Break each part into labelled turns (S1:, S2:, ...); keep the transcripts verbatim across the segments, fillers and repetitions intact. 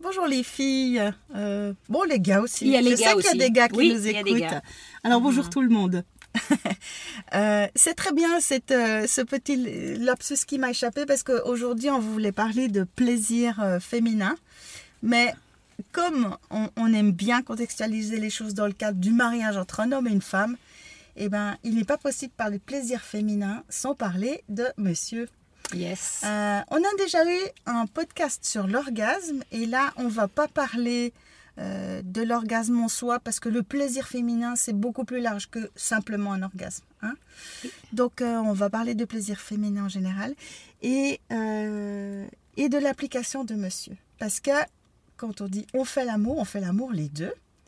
S1: bonjour les filles. Euh, bon, les gars aussi.
S2: Il y a les
S1: Je
S2: gars
S1: sais qu'il y a
S2: aussi.
S1: des gars qui
S2: Oui,
S1: nous
S2: il y a des
S1: écoutent.
S2: gars.
S1: Alors,
S2: Mhm.
S1: bonjour tout le monde. euh, c'est très bien cette, euh, ce petit lapsus qui m'a échappé parce qu'aujourd'hui, on voulait parler de plaisir euh, féminin. Mais comme on, on aime bien contextualiser les choses dans le cadre du mariage entre un homme et une femme, eh ben, il n'est pas possible de parler de plaisir féminin sans parler de monsieur.
S2: Yes.
S1: Euh, on a déjà eu un podcast sur l'orgasme et là, on ne va pas parler euh, de l'orgasme en soi parce que le plaisir féminin, c'est beaucoup plus large que simplement un orgasme. Hein? Donc, euh, on va parler de plaisir féminin en général et, euh, et de l'application de monsieur. Parce que quand on dit on fait l'amour, on fait l'amour les deux.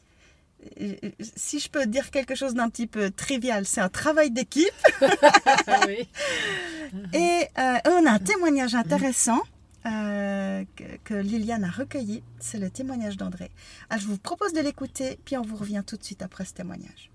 S1: Si je peux dire quelque chose d'un petit peu trivial, c'est un travail d'équipe.
S2: Oui.
S1: Et euh, on a un témoignage intéressant euh, que, que Liliane a recueilli. C'est le témoignage d'André. Alors, je vous propose de l'écouter, puis on vous revient tout de suite après ce témoignage.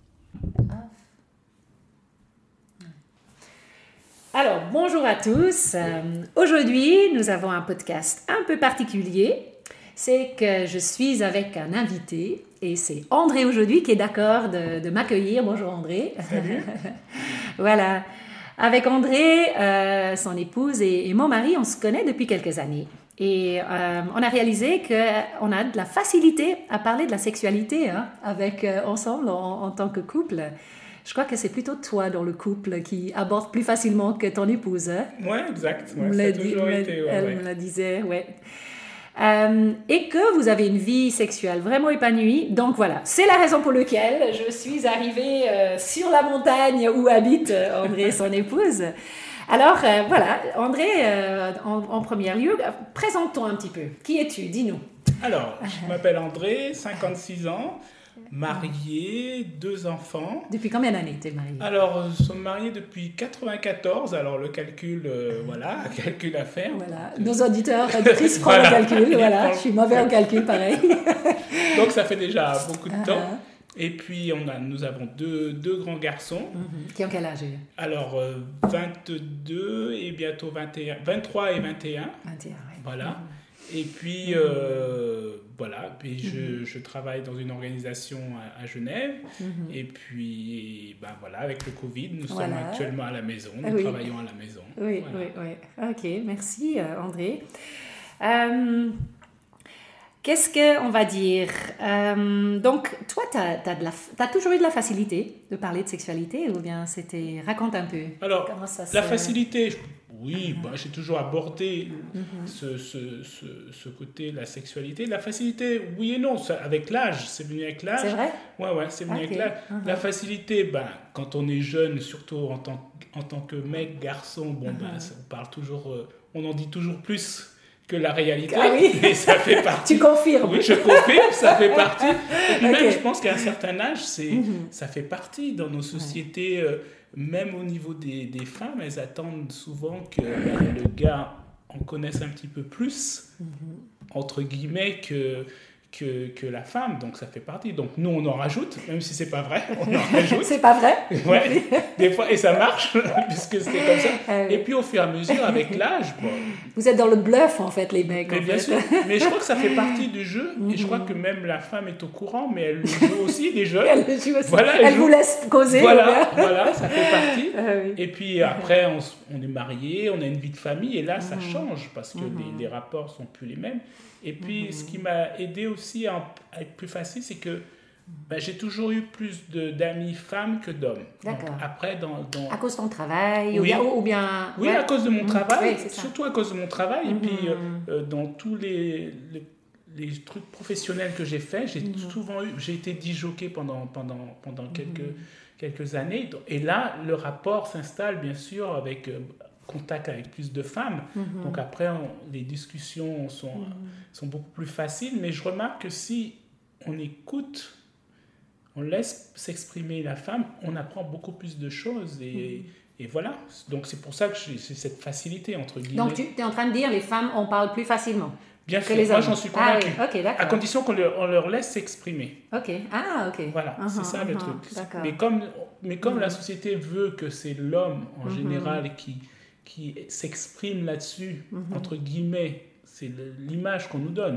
S2: Alors, bonjour à tous. Euh, aujourd'hui, nous avons un podcast un peu particulier. C'est que je suis avec un invité et c'est André aujourd'hui qui est d'accord de, de m'accueillir. Bonjour André.
S3: Salut.
S2: Voilà. Avec André, euh, son épouse et, et mon mari, on se connaît depuis quelques années. Et euh, on a réalisé qu'on a de la facilité à parler de la sexualité hein, avec, euh, ensemble en, en tant que couple. Je crois que c'est plutôt toi dans le couple qui aborde plus facilement que ton épouse. Hein?
S3: Oui, exact. Ouais,
S2: Me
S3: ça a
S2: l'a dit-
S3: toujours
S2: me-
S3: été. Ouais,
S2: elle
S3: ouais.
S2: me la disait, ouais. Euh, et que vous avez une vie sexuelle vraiment épanouie. Donc voilà, c'est la raison pour laquelle je suis arrivée euh, sur la montagne où habite euh, André et son épouse. Alors euh, voilà, André, euh, en, en premier lieu, euh, présente-toi un petit peu. Qui es-tu? Dis-nous.
S3: Alors, je m'appelle André, cinquante-six ans, marié, deux enfants.
S2: Depuis combien d'années t'es mariée?
S3: Alors, nous sommes mariés depuis quatre-vingt-quatorze. Alors, le calcul, euh, voilà, calcul à faire.
S2: Voilà, nos auditeurs, auditrices prennent
S3: Voilà.
S2: le calcul. Voilà, je suis mauvais en calcul, pareil.
S3: Donc, ça fait déjà beaucoup de temps.
S2: Uh-huh.
S3: Et puis, on a, nous avons deux, deux grands garçons.
S2: Mhm. Qui ont quel âge?
S3: Alors, euh, vingt-deux et bientôt vingt et un, vingt-trois et vingt et un.
S2: vingt et un, ouais.
S3: Voilà. Et puis, euh, voilà, puis je, je travaille dans une organisation à, à Genève.
S2: Mhm.
S3: Et puis, ben voilà, avec le Covid, nous
S2: Voilà.
S3: sommes actuellement à la maison, nous
S2: Oui.
S3: travaillons à la maison.
S2: Oui,
S3: Voilà.
S2: oui, oui. Ok, merci euh, André. Euh, Qu'est-ce qu'on va dire? Euh, donc, toi, tu as toujours eu de la facilité de parler de sexualité ou bien c'était... Raconte un peu.
S3: Alors,
S2: Comment ça
S3: la
S2: se-
S3: facilité, je- oui, ben, j'ai toujours abordé
S2: Mhm.
S3: ce, ce, ce, ce côté, la sexualité. La facilité, oui et non, ça, avec l'âge, c'est venu avec l'âge.
S2: C'est vrai?
S3: Ouais, ouais, c'est venu
S2: Ok.
S3: avec l'âge.
S2: Mhm.
S3: La facilité, ben, quand on est jeune, surtout en tant, en tant que mec, garçon, bon, ben,
S2: Mhm.
S3: ça- on parle toujours, euh, on en dit toujours plus que la réalité.
S2: Ah oui?
S3: Et ça fait partie.
S2: Tu confirmes?
S3: Oui, je confirme, ça fait partie. Et puis
S2: Ok.
S3: même, je pense qu'à un certain âge, c'est,
S2: Mhm.
S3: ça fait partie dans nos sociétés, euh, même au niveau des, des femmes, elles attendent souvent que ben, le gars en connaisse un petit peu plus, entre guillemets, que, que, que la femme. Donc ça fait partie. Donc nous, on en rajoute, même si c'est pas vrai, on en rajoute.
S2: C'est pas vrai?
S3: Ouais, des fois, et ça marche, puisque c'était comme ça.
S2: Ah oui.
S3: Et puis au fur et à mesure, avec l'âge, bon,
S2: Vous êtes dans le bluff, en fait, les mecs.
S3: mais
S2: en
S3: bien
S2: fait.
S3: sûr, mais je crois que ça fait partie du jeu, et je crois que même la femme est au courant, mais elle joue aussi des jeux.
S2: Elle, joue aussi.
S3: Voilà,
S2: Elle
S3: elle
S2: vous
S3: joue.
S2: laisse causer.
S3: Voilà,
S2: ou bien?
S3: voilà, ça fait partie.
S2: Ah oui.
S3: Et puis après, on, s- on est marié, on a une vie de famille, et là, ça
S2: Mhm.
S3: change, parce que
S2: Mhm.
S3: les, les rapports sont plus les mêmes. Et puis,
S2: Mhm.
S3: ce qui m'a aidé aussi à, en- à être plus facile, c'est que ben, j'ai toujours eu plus de- d'amis femmes que d'hommes. Donc,
S2: D'accord.
S3: après, dans... dans...
S2: À cause de ton travail ou
S3: Oui.
S2: bien... Ou bien
S3: Oui,
S2: ouais.
S3: à cause de mon
S2: Mhm.
S3: travail,
S2: Oui, c'est ça.
S3: surtout à cause de mon travail. Et
S2: Mhm.
S3: puis, euh, euh, dans tous les, les, les trucs professionnels que j'ai faits, j'ai
S2: Mhm.
S3: souvent eu, j'ai été disjockey pendant, pendant, pendant quelques, quelques années. Et là, le rapport s'installe, bien sûr, avec euh, contact avec plus de femmes.
S2: Mhm.
S3: Donc après, on- les discussions sont, sont beaucoup plus faciles. Mais je remarque que si on écoute, on laisse s'exprimer la femme, on apprend beaucoup plus de choses. Et, et voilà. Donc c'est pour ça que j'ai j'ai cette facilité, entre guillemets.
S2: Donc, tu es en train de dire les femmes, on parle plus facilement
S3: Bien
S2: que
S3: sûr,
S2: les
S3: moi
S2: hommes.
S3: j'en suis
S2: Ah
S3: convaincu.
S2: oui, ok, d'accord.
S3: À condition qu'on leur, on leur laisse s'exprimer.
S2: Ok, ah, ok.
S3: Voilà,
S2: Uh-huh,
S3: c'est ça le
S2: uh-huh,
S3: truc.
S2: D'accord.
S3: Mais comme, mais comme
S2: Mhm.
S3: la société veut que c'est l'homme en
S2: Mhm.
S3: général qui, qui s'exprime là-dessus,
S2: Mhm.
S3: entre guillemets, c'est le- l'image qu'on nous donne.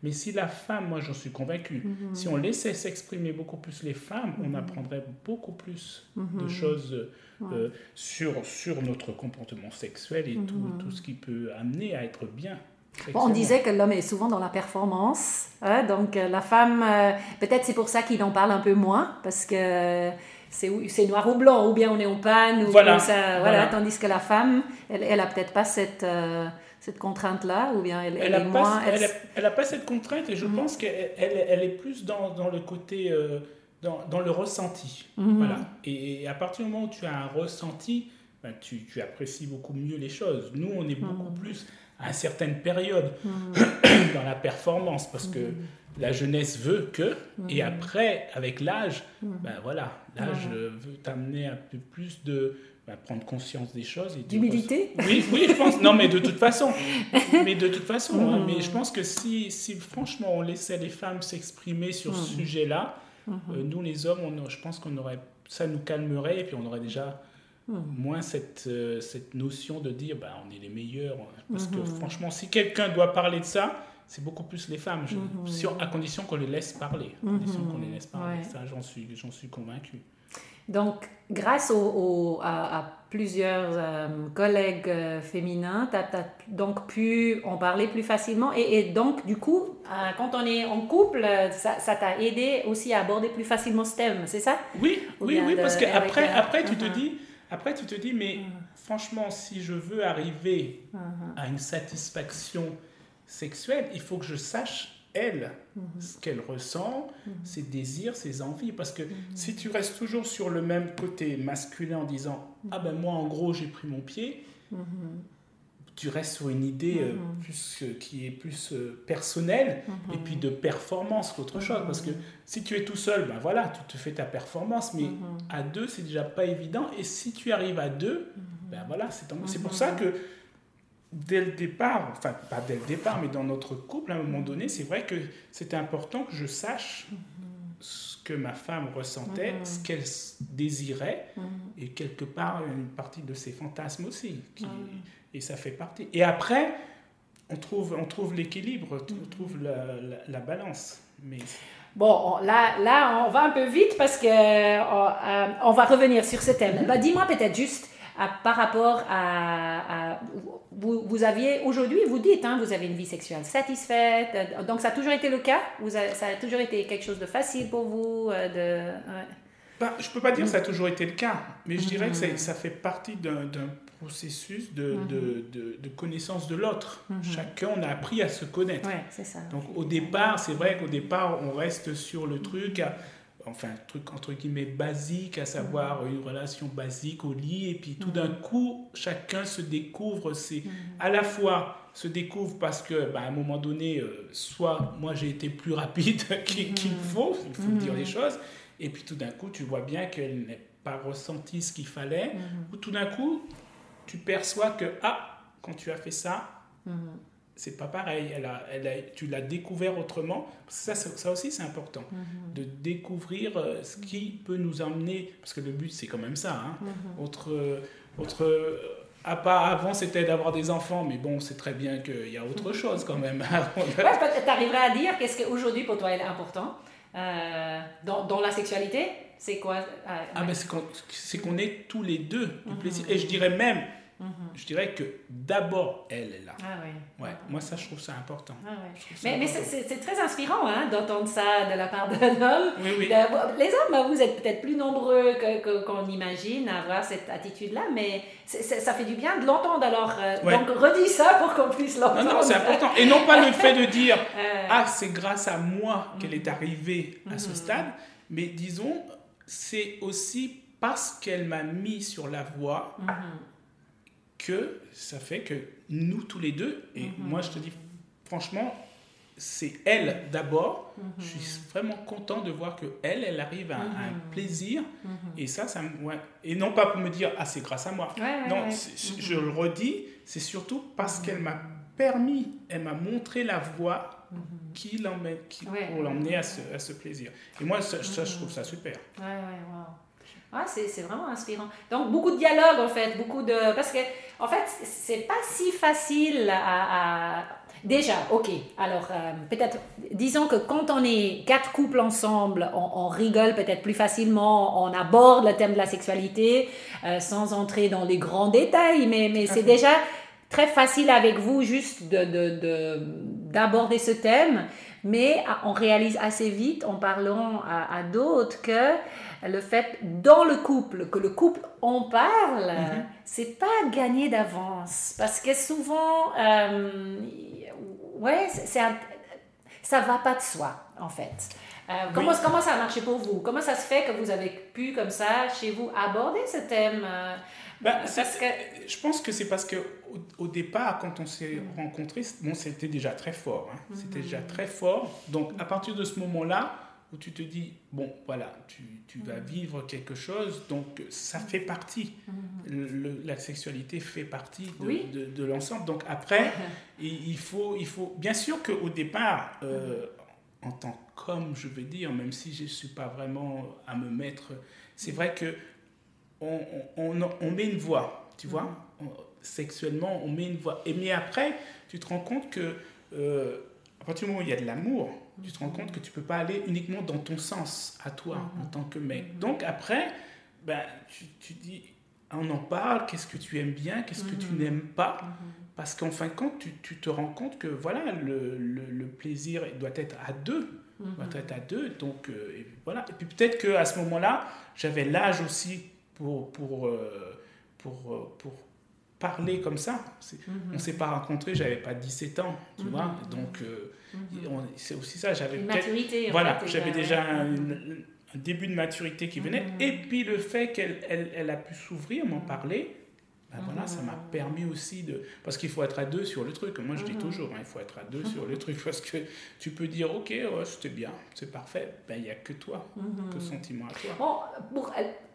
S3: Mais si la femme, moi j'en suis convaincue, mm-hmm. si on laissait s'exprimer beaucoup plus les femmes, mm-hmm. on apprendrait beaucoup plus mm-hmm. de choses euh, ouais. euh, sur, sur notre comportement sexuel et mm-hmm. tout, tout ce qui peut amener à être bien.
S2: Bon, on disait que l'homme est souvent dans la performance, hein, donc euh, la femme, euh, peut-être c'est pour ça qu'il en parle un peu moins, parce que c'est, c'est noir ou blanc, ou bien on est en panne, ou
S3: voilà.
S2: ça, voilà,
S3: voilà.
S2: Tandis que la femme, elle, elle a peut-être pas cette... Euh, cette contrainte-là, ou bien elle, elle, elle est
S3: pas,
S2: moins...
S3: Elle n'a pas cette contrainte, et je mm-hmm. pense qu'elle elle, elle est plus dans, dans le côté, euh, dans, dans le ressenti. Mm-hmm. Voilà. Et, et à partir du moment où tu as un ressenti, ben, tu, tu apprécies beaucoup mieux les choses. Nous, on est beaucoup mm-hmm. plus à une certaine période mm-hmm. dans la performance, parce que mm-hmm. la jeunesse veut que, mm-hmm. et après, avec l'âge, mm-hmm. ben voilà, l'âge mm-hmm. veut t'amener un peu plus de... Bah, prendre conscience des choses. Et
S2: d'humilité.
S3: Oui, oui, je pense. Non, mais de toute façon. Mais de toute façon. Mmh. Hein, mais je pense que si, si franchement on laissait les femmes s'exprimer sur mmh. ce sujet-là, mmh. euh, nous les hommes, on, je pense qu'on aurait, ça nous calmerait et puis on aurait déjà mmh. moins cette, euh, cette notion de dire, bah, on est les meilleurs. Parce mmh. que franchement, si quelqu'un doit parler de ça, c'est beaucoup plus les femmes, je, mmh. si, à condition qu'on les laisse parler. À condition mmh. qu'on les laisse parler. Ouais. Ça, j'en suis, j'en suis convaincu.
S2: Donc, grâce au, au, à, à plusieurs euh, collègues euh, féminins, tu as donc pu en parler plus facilement. Et, et donc, du coup, euh, quand on est en couple, ça, ça t'a aidé aussi à aborder plus facilement ce thème, c'est ça?
S3: Oui, Ou oui, oui, de, parce qu'après, euh, après, tu uh-huh. te dis, après, tu te dis, mais uh-huh. franchement, si je veux arriver uh-huh. à une satisfaction sexuelle, il faut que je sache elle, mm-hmm. ce qu'elle ressent, mm-hmm. ses désirs, ses envies. Parce que mm-hmm. si tu restes toujours sur le même côté masculin en disant mm-hmm. « Ah ben moi, en gros, j'ai pris mon pied mm-hmm. », tu restes sur une idée mm-hmm. euh, plus, euh, qui est plus euh, personnelle mm-hmm. et puis de performance qu'autre mm-hmm. chose. Parce que si tu es tout seul, ben voilà, tu te fais ta performance. Mais mm-hmm. à deux, c'est déjà pas évident. Et si tu arrives à deux, mm-hmm. ben voilà, c'est, mm-hmm. c'est pour ça que dès le départ, enfin pas dès le départ, mais dans notre couple, à un moment donné, c'est vrai que c'était important que je sache mm-hmm. ce que ma femme ressentait, mm-hmm. ce qu'elle désirait, mm-hmm. et quelque part une partie de ses fantasmes aussi. Qui, mm-hmm. Et ça fait partie. Et après, on trouve, on trouve l'équilibre, mm-hmm. on trouve la, la, la balance. Mais...
S2: Bon, là, là, on va un peu vite parce qu'on euh, on va revenir sur ce thème. Mm-hmm. Bah, dis-moi peut-être juste... À, par rapport à, à vous, vous aviez aujourd'hui, vous dites, hein, vous avez une vie sexuelle satisfaite, donc ça a toujours été le cas, vous a, ça a toujours été quelque chose de facile pour vous euh, de, ouais.
S3: Ben, je ne peux pas dire que ça a toujours été le cas, mais je dirais mm-hmm. que ça, ça fait partie d'un, d'un processus de, mm-hmm. de, de, de connaissance de l'autre. Mm-hmm. Chacun, on a appris à se connaître.
S2: Ouais, c'est ça.
S3: Donc au départ, c'est vrai qu'au départ, on reste sur le truc... À, enfin, un truc entre guillemets basique, à savoir une relation basique au lit, et puis tout d'un coup, chacun se découvre, c'est à la fois se découvre parce que, bah, à un moment donné, euh, soit moi j'ai été plus rapide qu'il, qu'il faut, il faut dire les choses, et puis tout d'un coup, tu vois bien qu'elle n'a pas ressenti ce qu'il fallait, ou tout d'un coup, tu perçois que, ah, quand tu as fait ça, c'est pas pareil, elle a, elle a, tu l'as découvert autrement. Ça, ça, ça aussi, c'est important, mm-hmm. de découvrir euh, ce qui peut nous emmener, parce que le but, c'est quand même ça. Hein. Mm-hmm. Autre, autre, à part, avant, c'était d'avoir des enfants, mais bon, c'est très bien qu'il y a autre chose quand même.
S2: Ouais, tu arriverais à dire qu'est-ce qu'aujourd'hui, pour toi, est important euh, dans, dans la sexualité? C'est quoi euh,
S3: Ah,
S2: ouais.
S3: ben c'est, qu'on, c'est qu'on est tous les deux du mm-hmm. plaisir. Et je dirais même, Mm-hmm. je dirais que d'abord, elle est là.
S2: Ah oui.
S3: Ouais, moi, ça, je trouve ça important.
S2: Ah oui. Mais, mais c'est, c'est, c'est très inspirant hein, d'entendre ça de la part d'un homme.
S3: Oui, oui.
S2: De, les hommes, vous êtes peut-être plus nombreux que, que, qu'on imagine à avoir cette attitude-là, mais c'est, c'est, ça fait du bien de l'entendre. Alors, euh, ouais. donc, redis ça pour qu'on puisse l'entendre.
S3: Non, non, c'est important. Et non pas le fait de dire euh... « Ah, c'est grâce à moi mm-hmm. qu'elle est arrivée à mm-hmm. ce stade », mais disons, c'est aussi parce qu'elle m'a mis sur la voie mm-hmm. que ça fait que nous tous les deux, et mm-hmm. moi je te dis franchement, c'est elle d'abord, mm-hmm. je suis vraiment content de voir qu'elle, elle arrive à, mm-hmm. à un plaisir, mm-hmm. et ça, ça ouais. et non pas pour me dire, ah c'est grâce à moi,
S2: ouais,
S3: non,
S2: ouais,
S3: mm-hmm. je le redis, c'est surtout parce mm-hmm. qu'elle m'a permis, elle m'a montré la voie mm-hmm. qui l'emmène, qui, ouais, pour l'emmener ouais. à, ce, à ce plaisir. Et moi, ça, ça, je trouve ça super.
S2: Ouais, ouais, wow. Ah, c'est, c'est vraiment inspirant. Donc, beaucoup de dialogue, en fait, beaucoup de... Parce que, en fait, c'est pas si facile à... à... Déjà, ok. Alors, euh, peut-être, disons que quand on est quatre couples ensemble, on, on rigole peut-être plus facilement, on aborde le thème de la sexualité euh, sans entrer dans les grands détails, mais, mais c'est déjà très facile avec vous juste de, de, de, d'aborder ce thème, mais on réalise assez vite en parlant à, à d'autres que le fait dans le couple, que le couple en parle, mm-hmm. c'est pas gagné d'avance, parce que souvent... Euh, Ouais, c'est, c'est un, ça va pas de soi, en fait. Euh, comment, oui. comment ça a marché pour vous? Comment ça se fait que vous avez pu, comme ça, chez vous, aborder ce thème? Euh,
S3: ben, parce que... Je pense que c'est parce qu'au au départ, quand on s'est mm-hmm. rencontrés, bon, c'était déjà très fort. Hein. Mm-hmm. C'était déjà très fort. Donc, à partir de ce moment-là, où tu te dis, bon, voilà, tu, tu vas vivre quelque chose, donc ça fait partie, mm-hmm. le, la sexualité fait partie de, oui. de, de l'ensemble. Donc après, il, il, faut, il faut, bien sûr qu'au départ, euh, mm-hmm. en tant qu'homme, je veux dire, même si je ne suis pas vraiment à me mettre, c'est vrai que on, on, on met une voix, tu vois, mm-hmm. on, sexuellement, on met une voix. Et mais après, tu te rends compte que, euh, à partir du moment où il y a de l'amour, tu te rends compte que tu ne peux pas aller uniquement dans ton sens, à toi, mm-hmm. en tant que mec. Donc après, ben, tu, tu dis, on en parle, qu'est-ce que tu aimes bien, qu'est-ce mm-hmm. que tu n'aimes pas, mm-hmm. parce qu'en fin de compte, tu, tu te rends compte que voilà, le, le, le plaisir doit être à deux, mm-hmm. doit être à deux, donc euh, et voilà. Et puis peut-être qu'à ce moment-là, j'avais l'âge aussi pour, pour, euh, pour, pour parler comme ça. C'est, mm-hmm. On ne s'est pas rencontrés, je n'avais pas dix-sept ans, tu mm-hmm. vois, donc euh, mm-hmm. on, c'est aussi ça, j'avais
S2: une maturité,
S3: voilà,
S2: fait,
S3: j'avais déjà
S2: ouais.
S3: un, un début de maturité qui venait, mm-hmm. et puis le fait qu'elle elle, elle a pu s'ouvrir, m'en parler, ben mm-hmm. voilà, ça m'a permis aussi de... Parce qu'il faut être à deux sur le truc, moi je mm-hmm. dis toujours, hein, il faut être à deux mm-hmm. sur le truc, parce que tu peux dire, ok, ouais, c'était bien, c'est parfait, ben il n'y a que toi, mm-hmm. que sentiment à toi.
S2: Bon, pour...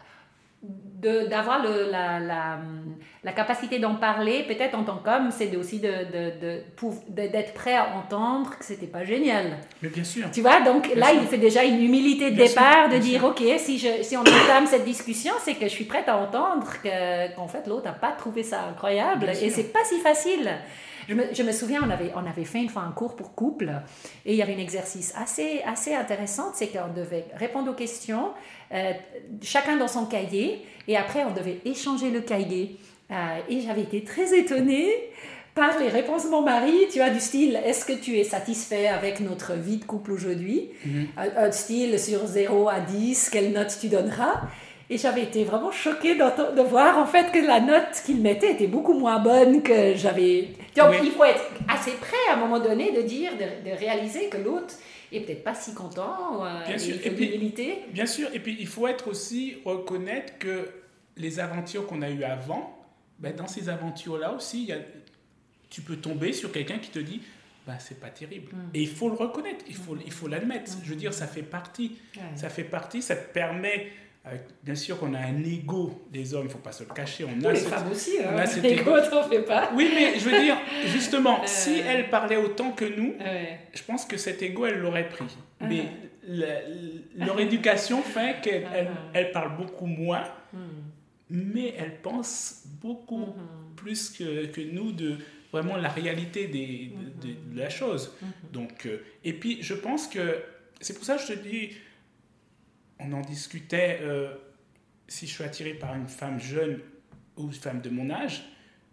S2: De, d'avoir le, la, la, la capacité d'en parler, peut-être en tant qu'homme, c'est aussi de, de, de, de, d'être prêt à entendre que c'était pas génial.
S3: Mais bien sûr.
S2: Tu vois, donc bien là, sûr. Il fait déjà une humilité de bien départ sûr, de dire, sûr. ok, si, je, si on entame cette discussion, c'est que je suis prête à entendre que, qu'en fait, l'autre n'a pas trouvé ça incroyable. Bien et sûr. C'est pas si facile. Je me, je me souviens, on avait, on avait fait une fois un cours pour couple et il y avait un exercice assez, assez intéressant, c'est qu'on devait répondre aux questions, euh, chacun dans son cahier, et après on devait échanger le cahier. Euh, et j'avais été très étonnée par les réponses de mon mari, tu vois, du style, est-ce que tu es satisfait avec notre vie de couple aujourd'hui? Mm-hmm. un, un style sur zéro à dix, quelle note tu donneras? Et j'avais été vraiment choquée de, de voir en fait que la note qu'il mettait était beaucoup moins bonne que j'avais... Donc oui. Il faut être assez prêt à un moment donné de dire, de, de réaliser que l'autre est peut-être pas si content. Euh,
S3: bien sûr. Et puis, bien sûr. Et puis il faut être aussi reconnaître que les aventures qu'on a eues avant, ben, dans ces aventures-là aussi, il y a, tu peux tomber sur quelqu'un qui te dit ben, c'est pas terrible. Mm. Et il faut le reconnaître, il faut, il faut l'admettre. Mm. Je veux dire, ça fait partie. Ouais. Ça fait partie, ça te permet... Bien sûr qu'on a un ego, les hommes, il ne faut pas se le cacher. On a
S2: les
S3: cette,
S2: femmes aussi, hein.
S3: On a cet
S2: ego, t'en fais pas.
S3: Oui, mais je veux dire, justement, euh... si elle parlait autant que nous,
S2: ouais.
S3: je pense que cet ego, elle l'aurait pris. Uh-huh. Mais la, leur éducation fait qu'elle uh-huh. elle, elle parle beaucoup moins, uh-huh. mais elle pense beaucoup uh-huh. plus que, que nous de vraiment la réalité des, uh-huh. de, de, de la chose. Uh-huh. Donc, euh, et puis, je pense que, c'est pour ça que je te dis... On en discutait, euh, si je suis attiré par une femme jeune ou une femme de mon âge,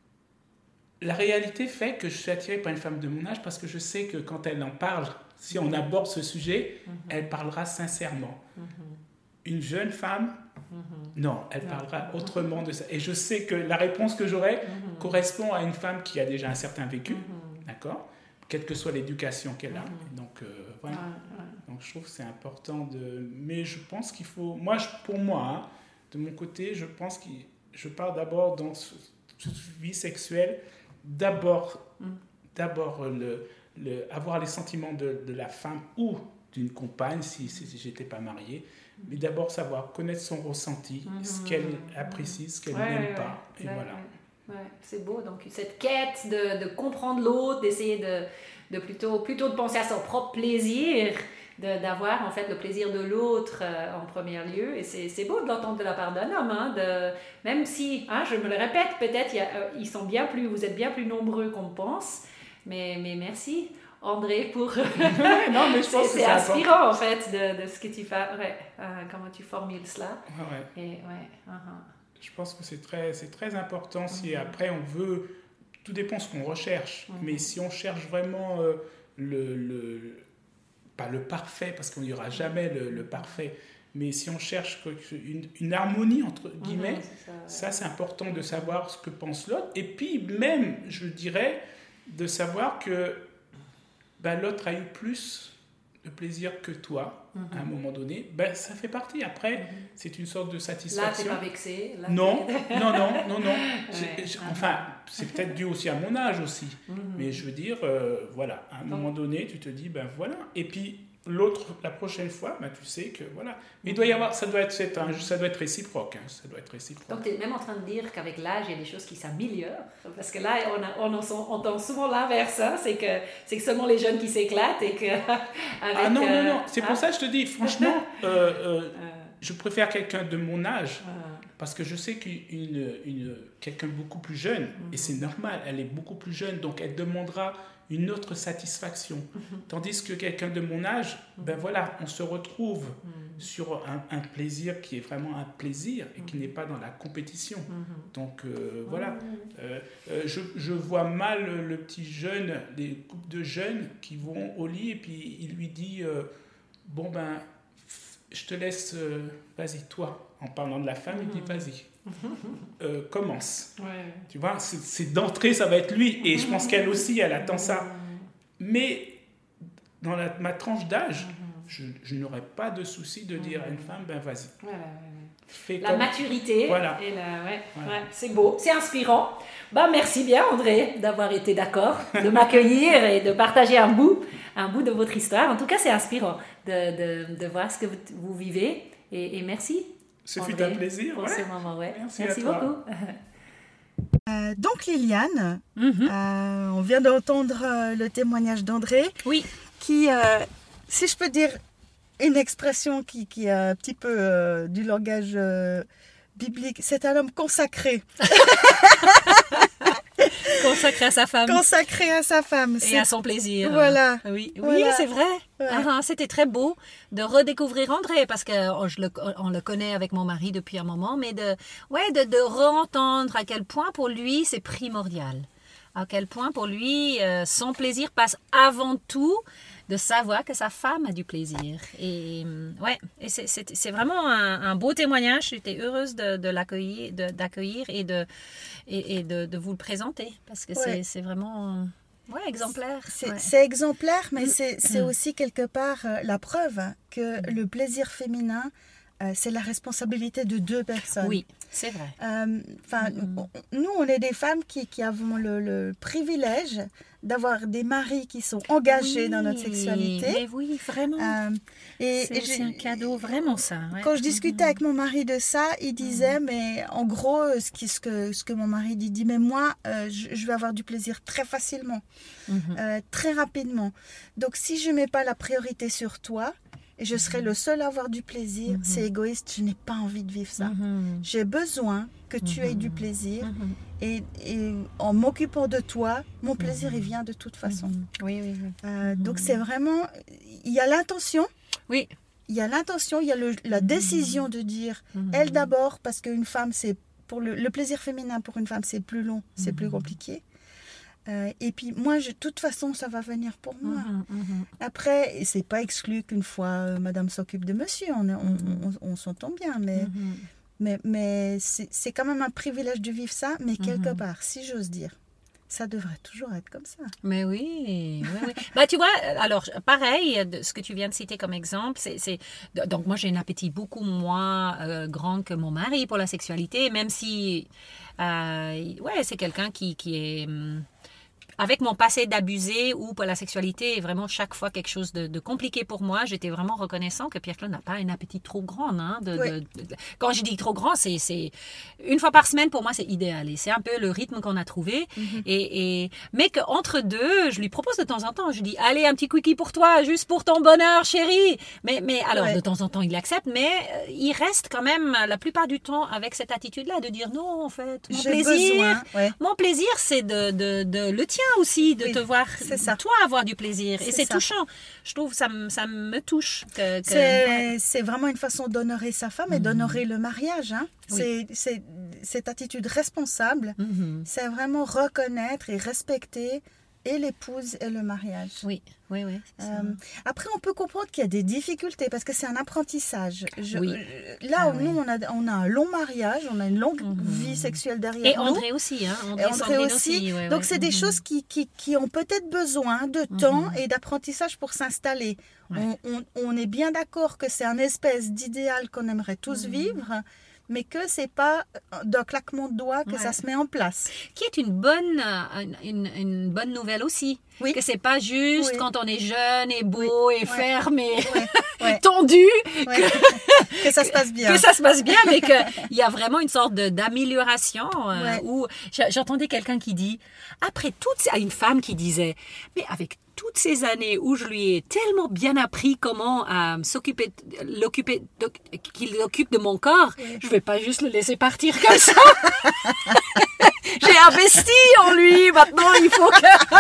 S3: la réalité fait que je suis attiré par une femme de mon âge parce que je sais que quand elle en parle, si on aborde ce sujet, mm-hmm. elle parlera sincèrement. Mm-hmm. Une jeune femme, mm-hmm. non, elle parlera mm-hmm. autrement de ça. Et je sais que la réponse que j'aurai mm-hmm. correspond à une femme qui a déjà un certain vécu, mm-hmm. d'accord ? Quelle que soit l'éducation qu'elle a. Mm-hmm. Donc, euh, voilà. Ouais, ouais. Donc, je trouve que c'est important de... Mais je pense qu'il faut... Moi, je, pour moi, hein, de mon côté, je pense que je parle d'abord dans cette vie sexuelle, d'abord, mm. d'abord le, le, avoir les sentiments de, de la femme ou d'une compagne, si, si, si je n'étais pas mariée, mm. mais d'abord savoir connaître son ressenti, mm-hmm. ce qu'elle apprécie, ce qu'elle ouais, n'aime ouais, pas, ouais, et ouais, voilà.
S2: Ouais. Ouais, c'est beau, donc cette quête de, de comprendre l'autre, d'essayer de, de plutôt, plutôt de penser à son propre plaisir, de, d'avoir en fait le plaisir de l'autre euh, en premier lieu, et c'est, c'est beau de l'entendre de la part d'un homme, hein, de, même si, hein, je me le répète, peut-être y a, euh, ils sont bien plus, vous êtes bien plus nombreux qu'on pense, Mais, mais merci, André, pour...
S3: non, mais je pense
S2: c'est,
S3: que
S2: c'est inspirant,
S3: important.
S2: en fait, de, de ce que tu fais. Ouais. Euh, comment tu formules cela.
S3: Ouais, ouais.
S2: Et, ouais. Uh-huh.
S3: Je pense que c'est très, c'est très important. Si
S2: Mm-hmm.
S3: après on veut... Tout dépend de ce qu'on recherche.
S2: Mm-hmm.
S3: Mais si on cherche vraiment euh, le, le... Pas le parfait, parce qu'il n'y aura jamais le, le parfait. Mais si on cherche une, une harmonie, entre guillemets,
S2: Mm-hmm, c'est ça, ouais.
S3: ça c'est important de savoir ce que pense l'autre. Et puis même, je dirais, de savoir que ben, l'autre a eu plus de plaisir que toi, mm-hmm. à un moment donné. Ben, ça fait partie. Après, mm-hmm. c'est une sorte de satisfaction.
S2: Là, tu n'es pas vexé. Là,
S3: non, non, non, non, non.
S2: Ouais.
S3: Enfin, c'est peut-être dû aussi à mon âge aussi. Mm-hmm. Mais je veux dire, euh, voilà, à un moment donné, tu te dis, ben voilà. Et puis, l'autre, la prochaine fois, ben, tu sais que voilà. Mais il doit y avoir, ça doit être, ça doit être réciproque. Hein, ça doit être réciproque.
S2: Donc, tu es même en train de dire qu'avec l'âge, il y a des choses qui s'améliorent. Parce que là, on, a, on, on entend souvent l'inverse. Hein, c'est, que, c'est que seulement les jeunes qui s'éclatent et que... Avec,
S3: ah non, non, non. C'est
S2: euh,
S3: pour
S2: hein?
S3: ça que je te dis, franchement, euh, euh, je préfère quelqu'un de mon âge. Parce que je sais qu'une une, quelqu'un beaucoup plus jeune, mm-hmm. et c'est normal, elle est beaucoup plus jeune, donc elle demandera une autre satisfaction. Mm-hmm. Tandis que quelqu'un de mon âge, mm-hmm. ben voilà, on se retrouve mm-hmm. sur un, un plaisir qui est vraiment un plaisir et mm-hmm. qui n'est pas dans la compétition. Mm-hmm. Donc euh, voilà, mm-hmm. euh, euh, je, je vois mal le petit jeune, des couples de jeunes qui vont au lit et puis il lui dit euh, bon ben, je te laisse, euh, vas-y toi. En parlant de la femme, mmh. il dit vas-y, euh, commence. Ouais. Tu vois, c'est, c'est d'entrée, ça va être lui. Et je pense qu'elle aussi, elle attend ça. Mais dans la, ma tranche d'âge, mmh. je, je n'aurais pas de souci de dire à une femme, ben vas-y. Ouais, ouais, ouais. Fais
S2: la
S3: comme...
S2: maturité.
S3: Voilà.
S2: Et la, ouais, ouais. Ouais, c'est beau, c'est inspirant. Bah, merci bien, André, d'avoir été d'accord, de m'accueillir et de partager un bout, un bout de votre histoire. En tout cas, c'est inspirant de, de, de voir ce que vous, vous vivez. Et, et merci.
S3: Ce fut un plaisir.
S2: Pour
S3: ouais.
S2: ce moment, ouais.
S3: Merci,
S2: Merci
S3: à toi.
S2: beaucoup.
S1: Euh, donc Liliane,
S2: mm-hmm.
S1: euh, on vient d'entendre euh, le témoignage d'André,
S2: oui.
S1: qui, euh, si je peux dire une expression qui, qui est un petit peu euh, du langage euh, biblique, c'est un homme consacré.
S2: Consacré à sa femme.
S1: Consacré à sa femme.
S2: Et
S1: c'est...
S2: à son plaisir.
S1: Voilà.
S2: Oui, oui
S1: voilà.
S2: c'est vrai.
S1: Ouais.
S2: Ah, c'était très beau de redécouvrir André, parce qu'on le, on le connaît avec mon mari depuis un moment, mais de, ouais, de, de re-entendre à quel point pour lui c'est primordial. À quel point pour lui euh, son plaisir passe avant tout de savoir que sa femme a du plaisir. Et, ouais, et c'est, c'est, c'est vraiment un, un beau témoignage. J'étais heureuse de, de l'accueillir, de, d'accueillir et, de, et, et de, de vous le présenter, parce que ouais. c'est, c'est vraiment ouais, exemplaire.
S1: C'est,
S2: ouais.
S1: c'est exemplaire, mais c'est, c'est aussi quelque part euh, la preuve que le plaisir féminin, euh, c'est la responsabilité de deux personnes.
S2: Oui, c'est vrai.
S1: Enfin, euh,
S2: mm-hmm.
S1: nous, on est des femmes qui, qui avons le, le privilège d'avoir des maris qui sont engagés oui, dans notre sexualité.
S2: Mais oui, vraiment. Euh,
S1: et,
S2: c'est,
S1: et
S2: c'est un cadeau, vraiment ça. Ouais.
S1: Quand je discutais mm-hmm. avec mon mari de ça, il disait, mm-hmm. mais en gros, ce, qui, ce, que, ce que mon mari dit, dit mais moi, euh, je, je vais avoir du plaisir très facilement, mm-hmm. euh, très rapidement. Donc, si je ne mets pas la priorité sur toi, et je serai le seul à avoir du plaisir, mm-hmm. c'est égoïste, je n'ai pas envie de vivre ça. Mm-hmm. J'ai besoin que tu mm-hmm. aies du plaisir mm-hmm. et, et en m'occupant de toi, mon plaisir, mm-hmm. il vient de toute façon.
S2: Mm-hmm. Oui, oui, oui.
S1: Euh, mm-hmm. Donc c'est vraiment, il y a l'intention,
S2: oui.
S1: il y a l'intention, il y a le, la décision de dire, mm-hmm. elle d'abord, parce qu'une femme, c'est pour le, le plaisir féminin pour une femme, c'est plus long, c'est mm-hmm. plus compliqué. Euh, et puis moi, de toute façon, ça va venir pour moi. Mmh, mmh. Après, c'est pas exclu qu'une fois euh, madame s'occupe de monsieur, on, on, mmh. on, on, on s'entend bien, mais, mmh. mais, mais c'est, c'est quand même un privilège de vivre ça, mais quelque mmh. part, si j'ose dire, ça devrait toujours être comme ça.
S2: Mais oui, oui, oui. Bah, tu vois, alors, pareil, de ce que tu viens de citer comme exemple, c'est... c'est donc, moi, j'ai un appétit beaucoup moins euh, grand que mon mari pour la sexualité, même si, euh, ouais, c'est quelqu'un qui, qui est... Hum, avec mon passé d'abusé ou pour la sexualité est vraiment chaque fois quelque chose de, de compliqué pour moi, j'étais vraiment reconnaissant que Pierre-Claude n'a pas un appétit trop grand. Hein, de, oui. de, de, quand je dis trop grand, c'est, c'est une fois par semaine pour moi c'est idéal et c'est un peu le rythme qu'on a trouvé. Mm-hmm. Et, et, mais qu'entre deux, je lui propose de temps en temps, je dis allez un petit quickie pour toi, juste pour ton bonheur chérie. Mais, mais alors ouais. de temps en temps il accepte, mais euh, il reste quand même la plupart du temps avec cette attitude-là de dire non en fait, mon
S1: J'ai
S2: plaisir,
S1: besoin, ouais.
S2: mon plaisir c'est de, de, de le tien. tien aussi de
S1: Oui,
S2: te voir,
S1: c'est ça.
S2: toi, avoir du plaisir. Et
S1: C'est
S2: c'est
S1: ça.
S2: touchant. Je trouve ça, me- ça me touche. Que, que-
S1: C'est
S2: ouais.
S1: c'est vraiment une façon d'honorer sa femme et d'honorer le mariage. Hein.
S2: Oui.
S1: C'est c'est cette attitude responsable.
S2: Mhm.
S1: C'est vraiment reconnaître et respecter et l'épouse et le mariage.
S2: Oui, oui, oui. c'est ça.
S1: Euh, après, on peut comprendre qu'il y a des difficultés parce que c'est un apprentissage. Je-
S2: Oui.
S1: euh, Là,
S2: Ah
S1: nous,
S2: oui.
S1: on, a, on a un long mariage, on a une longue
S2: Mhm.
S1: vie sexuelle derrière
S2: Et
S1: nous.
S2: André aussi, hein. André,
S1: Et André
S2: Sandrine
S1: aussi.
S2: ouais,
S1: Donc,
S2: ouais.
S1: c'est des
S2: Mhm.
S1: choses qui, qui, qui ont peut-être besoin de temps et d'apprentissage pour s'installer.
S2: Ouais.
S1: On, on- on est bien d'accord que c'est un espèce d'idéal qu'on aimerait tous vivre, mais que c'est pas d'un claquement de doigts que
S2: Ouais.
S1: ça se met en place.
S2: Qui est une bonne, euh, une, une bonne nouvelle aussi.
S1: Oui.
S2: Que c'est pas juste
S1: Oui.
S2: quand on est jeune et beau et
S1: Ouais.
S2: ferme et
S1: Ouais, ouais,
S2: tendu
S1: ouais. que ça se passe bien.
S2: que ça se passe bien, mais qu'il y a vraiment une sorte de- d'amélioration. euh,
S1: Ouais.
S2: Où j'a- j'entendais quelqu'un qui dit, après toutes ces, une femme qui disait, mais avec toutes ces années où je lui ai tellement bien appris comment euh, s'occuper, l'occuper, d'oc- qu'il occupe de mon corps, je vais pas juste le laisser partir comme ça. J'ai investi en lui, maintenant il faut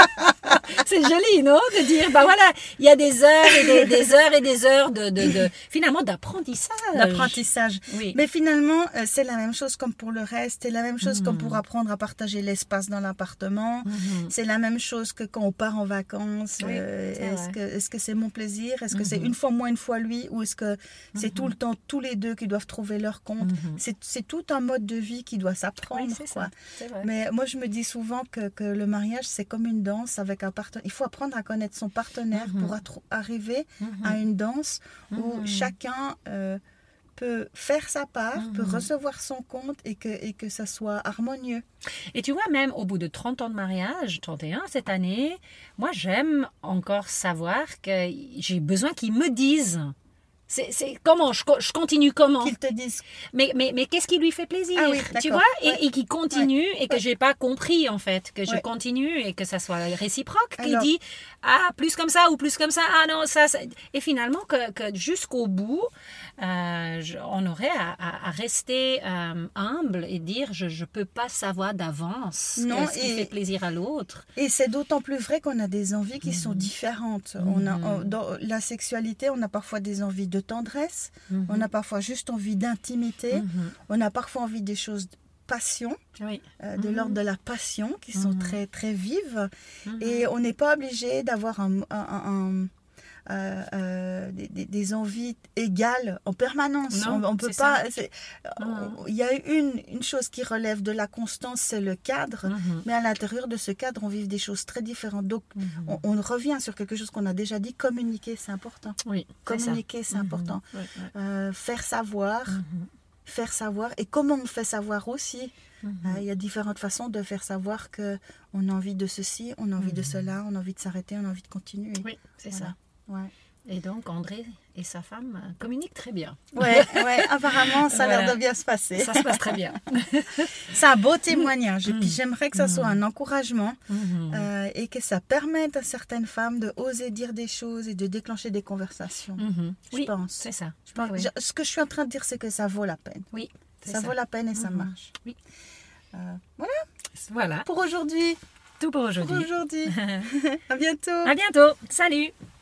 S2: que... C'est joli, non? De dire, bah voilà, il y a des heures et des, des heures et des heures de, de, de finalement d'apprentissage.
S1: D'apprentissage.
S2: Oui.
S1: Mais finalement, euh, c'est la même chose comme pour le reste. C'est la même chose comme pour apprendre à partager l'espace dans l'appartement.
S2: Mhm.
S1: C'est la même chose que quand on part en vacances.
S2: Oui,
S1: Euh,
S2: c'est
S1: est-ce
S2: vrai.
S1: que est-ce que c'est mon plaisir? Est-ce que c'est
S2: Mhm.
S1: une fois moi, une fois lui? Ou est-ce que c'est tout le temps tous les deux qui doivent trouver leur compte?
S2: Mhm.
S1: C'est c'est tout un mode de vie qui doit s'apprendre.
S2: Oui, c'est
S1: quoi.
S2: ça. C'est vrai.
S1: Mais moi, je me dis souvent que, que le mariage, c'est comme une danse avec un partenaire. Il faut apprendre à connaître son partenaire
S2: Mhm.
S1: pour attr- arriver
S2: Mhm.
S1: à une danse où
S2: Mhm.
S1: chacun euh, peut faire sa part,
S2: Mhm.
S1: peut recevoir son compte et que, et que ça soit harmonieux.
S2: Et tu vois, même au bout de trente ans de mariage, trente et un cette année, moi j'aime encore savoir que j'ai besoin qu'ils me disent. C'est, c'est comment je, co- je continue comment
S1: Qu'ils te disent.
S2: mais, mais, mais qu'est-ce qui lui fait plaisir
S1: Ah oui,
S2: tu
S1: d'accord.
S2: vois et,
S1: Ouais.
S2: et qui continue et que j'ai pas compris en fait que je
S1: Ouais.
S2: continue et que ça soit réciproque qui
S1: Alors-
S2: dit ah plus comme ça ou plus comme ça ah non ça, ça. Et finalement que, que jusqu'au bout euh, je- on aurait à, à- à rester euh, humble et dire je je peux pas savoir d'avance
S1: Non,
S2: ce qui
S1: et-
S2: fait plaisir à l'autre.
S1: Et c'est d'autant plus vrai qu'on a des envies qui
S2: Mhm.
S1: sont différentes. On a, on- dans la sexualité, on a parfois des envies de tendresse,
S2: Mhm.
S1: on a parfois juste envie d'intimité,
S2: Mhm.
S1: on a parfois envie des choses de passion,
S2: Oui.
S1: euh, de
S2: Mhm.
S1: l'ordre de la passion, qui sont
S2: Mhm.
S1: très, très vives.
S2: Mhm.
S1: Et on n'est pas obligé d'avoir un, un- un- un- euh, euh, des, des- des envies égales en permanence.
S2: Non,
S1: on, on peut
S2: c'est
S1: pas.
S2: ça.
S1: c'est-
S2: Mhm.
S1: Il y a une, une chose qui relève de la constance, c'est le cadre.
S2: Mhm.
S1: Mais à l'intérieur de ce cadre, on vit des choses très différentes. Donc,
S2: Mhm.
S1: on, on revient sur quelque chose qu'on a déjà dit. Communiquer, c'est important.
S2: Oui, c'est ça.
S1: Communiquer, c'est
S2: Mhm.
S1: important.
S2: Ouais, ouais.
S1: Euh, faire savoir,
S2: Mhm.
S1: faire savoir. Et comment on fait savoir aussi.
S2: Mhm.
S1: Euh, Il y a différentes façons de faire savoir que on a envie de ceci, on a envie de cela, on a envie de s'arrêter, on a envie de continuer.
S2: Oui, c'est
S1: Voilà.
S2: ça.
S1: Ouais.
S2: Et donc, André et sa femme euh, communiquent très bien.
S1: Ouais, ouais, apparemment, ça a l'air
S2: Voilà.
S1: de bien se passer.
S2: Ça se passe très bien.
S1: C'est un beau témoignage. Et puis,
S2: Mm.
S1: j'aimerais que ça soit un encouragement
S2: Mhm.
S1: euh, et que ça permette à certaines femmes de oser dire des choses et de déclencher des conversations.
S2: Mhm.
S1: Je
S2: Oui,
S1: pense.
S2: c'est ça.
S1: Je pense-
S2: Oui, oui.
S1: je- ce que je suis en train de dire, c'est que ça vaut la peine.
S2: Oui, c'est
S1: Ça,
S2: ça.
S1: vaut la peine et ça
S2: Mhm.
S1: marche.
S2: Oui.
S1: Euh, voilà
S2: Voilà,
S1: pour aujourd'hui.
S2: tout pour
S1: Pour
S2: aujourd'hui.
S1: aujourd'hui. À bientôt.
S2: À bientôt. Salut.